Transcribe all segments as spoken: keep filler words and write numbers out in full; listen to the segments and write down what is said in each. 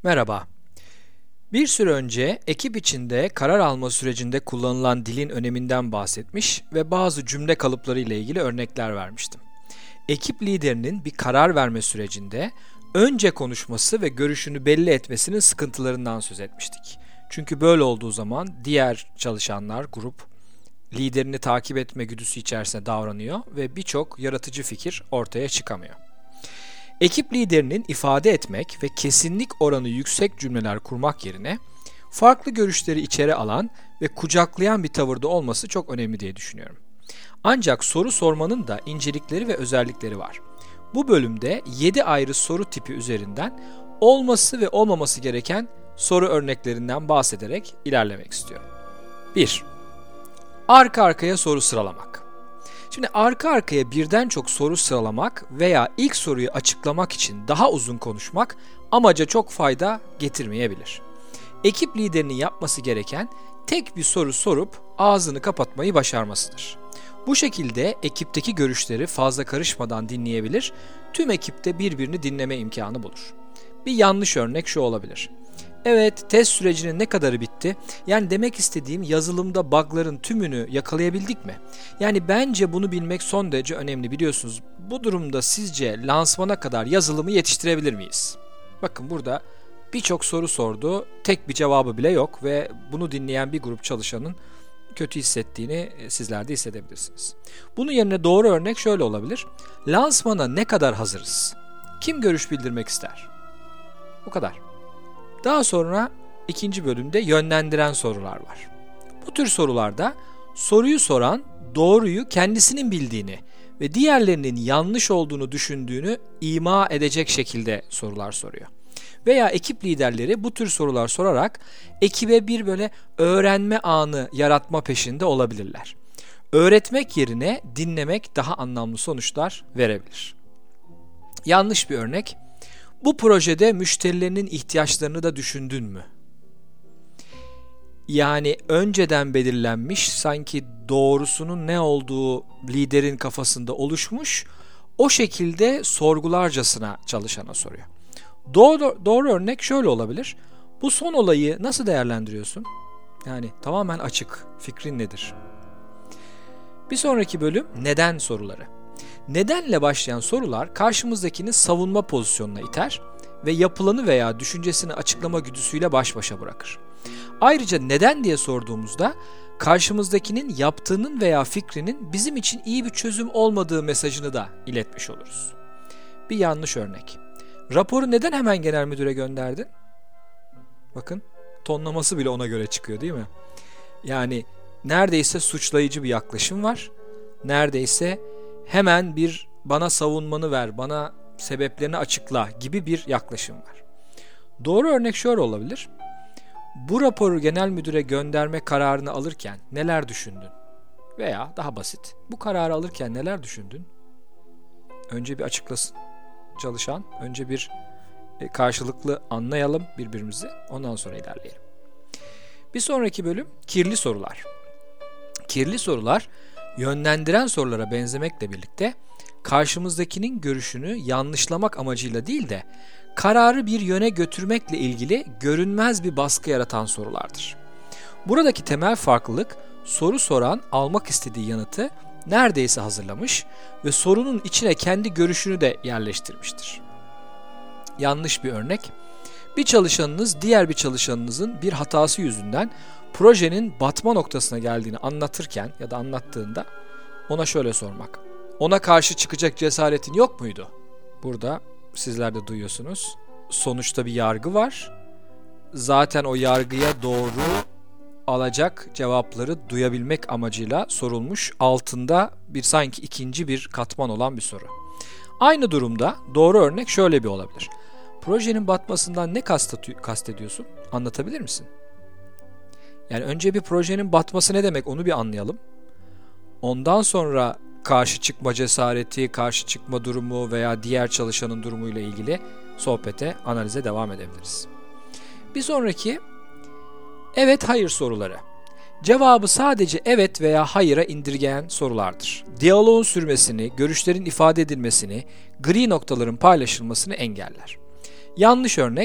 Merhaba. Bir süre önce ekip içinde karar alma sürecinde kullanılan dilin öneminden bahsetmiş ve bazı cümle kalıpları ile ilgili örnekler vermiştim. Ekip liderinin bir karar verme sürecinde önce konuşması ve görüşünü belli etmesinin sıkıntılarından söz etmiştik. Çünkü böyle olduğu zaman diğer çalışanlar, grup, liderini takip etme güdüsü içerisinde davranıyor ve birçok yaratıcı fikir ortaya çıkamıyor. Ekip liderinin ifade etmek ve kesinlik oranı yüksek cümleler kurmak yerine farklı görüşleri içeri alan ve kucaklayan bir tavırda olması çok önemli diye düşünüyorum. Ancak soru sormanın da incelikleri ve özellikleri var. Bu bölümde yedi ayrı soru tipi üzerinden olması ve olmaması gereken soru örneklerinden bahsederek ilerlemek istiyorum. bir. Arka arkaya soru sıralamak. Şimdi arka arkaya birden çok soru sıralamak veya ilk soruyu açıklamak için daha uzun konuşmak amaca çok fayda getirmeyebilir. Ekip liderinin yapması gereken tek bir soru sorup ağzını kapatmayı başarmasıdır. Bu şekilde ekipteki görüşleri fazla karışmadan dinleyebilir, tüm ekipte birbirini dinleme imkanı bulur. Bir yanlış örnek şu olabilir. Evet, test sürecinin ne kadarı bitti? Yani demek istediğim yazılımda bug'ların tümünü yakalayabildik mi? Yani bence bunu bilmek son derece önemli, biliyorsunuz. Bu durumda sizce lansmana kadar yazılımı yetiştirebilir miyiz? Bakın burada birçok soru sordu, tek bir cevabı bile yok ve bunu dinleyen bir grup çalışanın kötü hissettiğini sizler de hissedebilirsiniz. Bunun yerine doğru örnek şöyle olabilir. Lansmana ne kadar hazırız? Kim görüş bildirmek ister? Bu kadar. Daha sonra ikinci bölümde yönlendiren sorular var. Bu tür sorularda soruyu soran doğruyu kendisinin bildiğini ve diğerlerinin yanlış olduğunu düşündüğünü ima edecek şekilde sorular soruyor. Veya ekip liderleri bu tür sorular sorarak ekibe bir böyle öğrenme anı yaratma peşinde olabilirler. Öğretmek yerine dinlemek daha anlamlı sonuçlar verebilir. Yanlış bir örnek. Bu projede müşterilerinin ihtiyaçlarını da düşündün mü? Yani önceden belirlenmiş, sanki doğrusunun ne olduğu liderin kafasında oluşmuş, o şekilde sorgularcasına çalışana soruyor. Doğru, doğru örnek şöyle olabilir. Bu son olayı nasıl değerlendiriyorsun? Yani tamamen açık, fikrin nedir? Bir sonraki bölüm neden soruları. Nedenle başlayan sorular karşımızdakini savunma pozisyonuna iter ve yapılanı veya düşüncesini açıklama güdüsüyle baş başa bırakır. Ayrıca neden diye sorduğumuzda karşımızdakinin yaptığının veya fikrinin bizim için iyi bir çözüm olmadığı mesajını da iletmiş oluruz. Bir yanlış örnek. Raporu neden hemen genel müdüre gönderdin? Bakın, tonlaması bile ona göre çıkıyor, değil mi? Yani neredeyse suçlayıcı bir yaklaşım var. Neredeyse hemen bir bana savunmanı ver, bana sebeplerini açıkla gibi bir yaklaşım var. Doğru örnek şöyle olabilir. Bu raporu genel müdüre gönderme kararını alırken neler düşündün? Veya daha basit, bu kararı alırken neler düşündün? Önce bir açıklasın çalışan, önce bir karşılıklı anlayalım birbirimizi, ondan sonra ilerleyelim. Bir sonraki bölüm kirli sorular. Kirli sorular yönlendiren sorulara benzemekle birlikte karşımızdakinin görüşünü yanlışlamak amacıyla değil de kararı bir yöne götürmekle ilgili görünmez bir baskı yaratan sorulardır. Buradaki temel farklılık, soru soran almak istediği yanıtı neredeyse hazırlamış ve sorunun içine kendi görüşünü de yerleştirmiştir. Yanlış bir örnek. Bir çalışanınız diğer bir çalışanınızın bir hatası yüzünden projenin batma noktasına geldiğini anlatırken ya da anlattığında ona şöyle sormak. Ona karşı çıkacak cesaretin yok muydu? Burada sizler de duyuyorsunuz. Sonuçta bir yargı var. Zaten o yargıya doğru alacak cevapları duyabilmek amacıyla sorulmuş, altında bir sanki ikinci bir katman olan bir soru. Aynı durumda doğru örnek şöyle bir olabilir. Projenin batmasından ne kastediyorsun? Anlatabilir misin? Yani önce bir projenin batması ne demek, onu bir anlayalım. Ondan sonra karşı çıkma cesareti, karşı çıkma durumu veya diğer çalışanın durumuyla ilgili sohbete, analize devam edebiliriz. Bir sonraki evet hayır soruları. Cevabı sadece evet veya hayıra indirgeyen sorulardır. Diyaloğun sürmesini, görüşlerin ifade edilmesini, gri noktaların paylaşılmasını engeller. Yanlış örnek,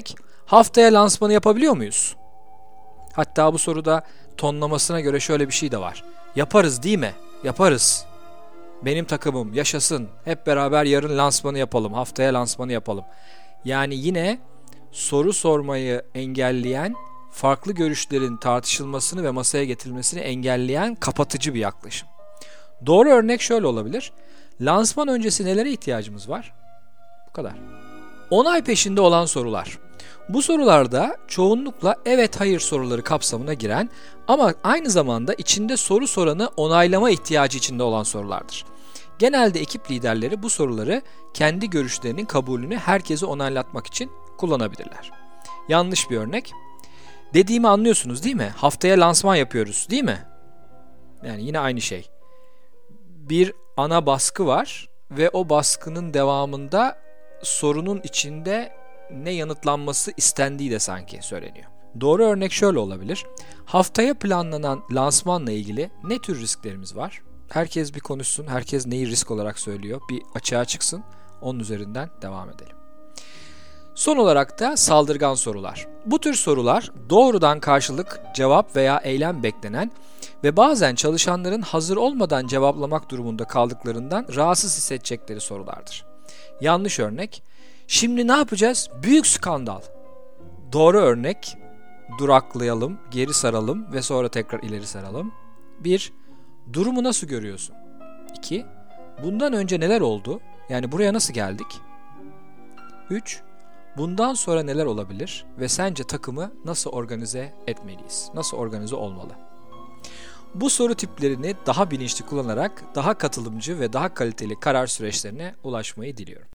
Haftaya lansmanı yapabiliyor muyuz? Hatta bu soruda tonlamasına göre şöyle bir şey de var. Yaparız değil mi? Yaparız. Benim takımım yaşasın. Hep beraber yarın lansmanı yapalım. Haftaya lansmanı yapalım. Yani yine soru sormayı engelleyen, farklı görüşlerin tartışılmasını ve masaya getirilmesini engelleyen kapatıcı bir yaklaşım. Doğru örnek şöyle olabilir. Lansman öncesi nelere ihtiyacımız var? Bu kadar. Onay peşinde olan sorular. Bu sorularda çoğunlukla evet hayır soruları kapsamına giren ama aynı zamanda içinde soru soranı onaylama ihtiyacı içinde olan sorulardır. Genelde ekip liderleri bu soruları kendi görüşlerinin kabulünü herkese onaylatmak için kullanabilirler. Yanlış bir örnek. Dediğimi anlıyorsunuz değil mi? Haftaya lansman yapıyoruz değil mi? Yani yine aynı şey. Bir ana baskı var ve o baskının devamında sorunun içinde ne yanıtlanması istendiği de sanki söyleniyor. Doğru örnek şöyle olabilir. Haftaya planlanan lansmanla ilgili ne tür risklerimiz var? Herkes bir konuşsun, herkes neyi risk olarak söylüyor, bir açığa çıksın, onun üzerinden devam edelim. Son olarak da saldırgan sorular. Bu tür sorular doğrudan karşılık, cevap veya eylem beklenen ve bazen çalışanların hazır olmadan cevaplamak durumunda kaldıklarından rahatsız hissedecekleri sorulardır. Yanlış örnek, şimdi ne yapacağız? Büyük skandal. Doğru örnek, duraklayalım, geri saralım ve sonra tekrar ileri saralım. bir. Durumu nasıl görüyorsun? iki. Bundan önce neler oldu? Yani buraya nasıl geldik? üç. Bundan sonra neler olabilir ve sence takımı nasıl organize etmeliyiz? Nasıl organize olmalı? Bu soru tiplerini daha bilinçli kullanarak daha katılımcı ve daha kaliteli karar süreçlerine ulaşmayı diliyorum.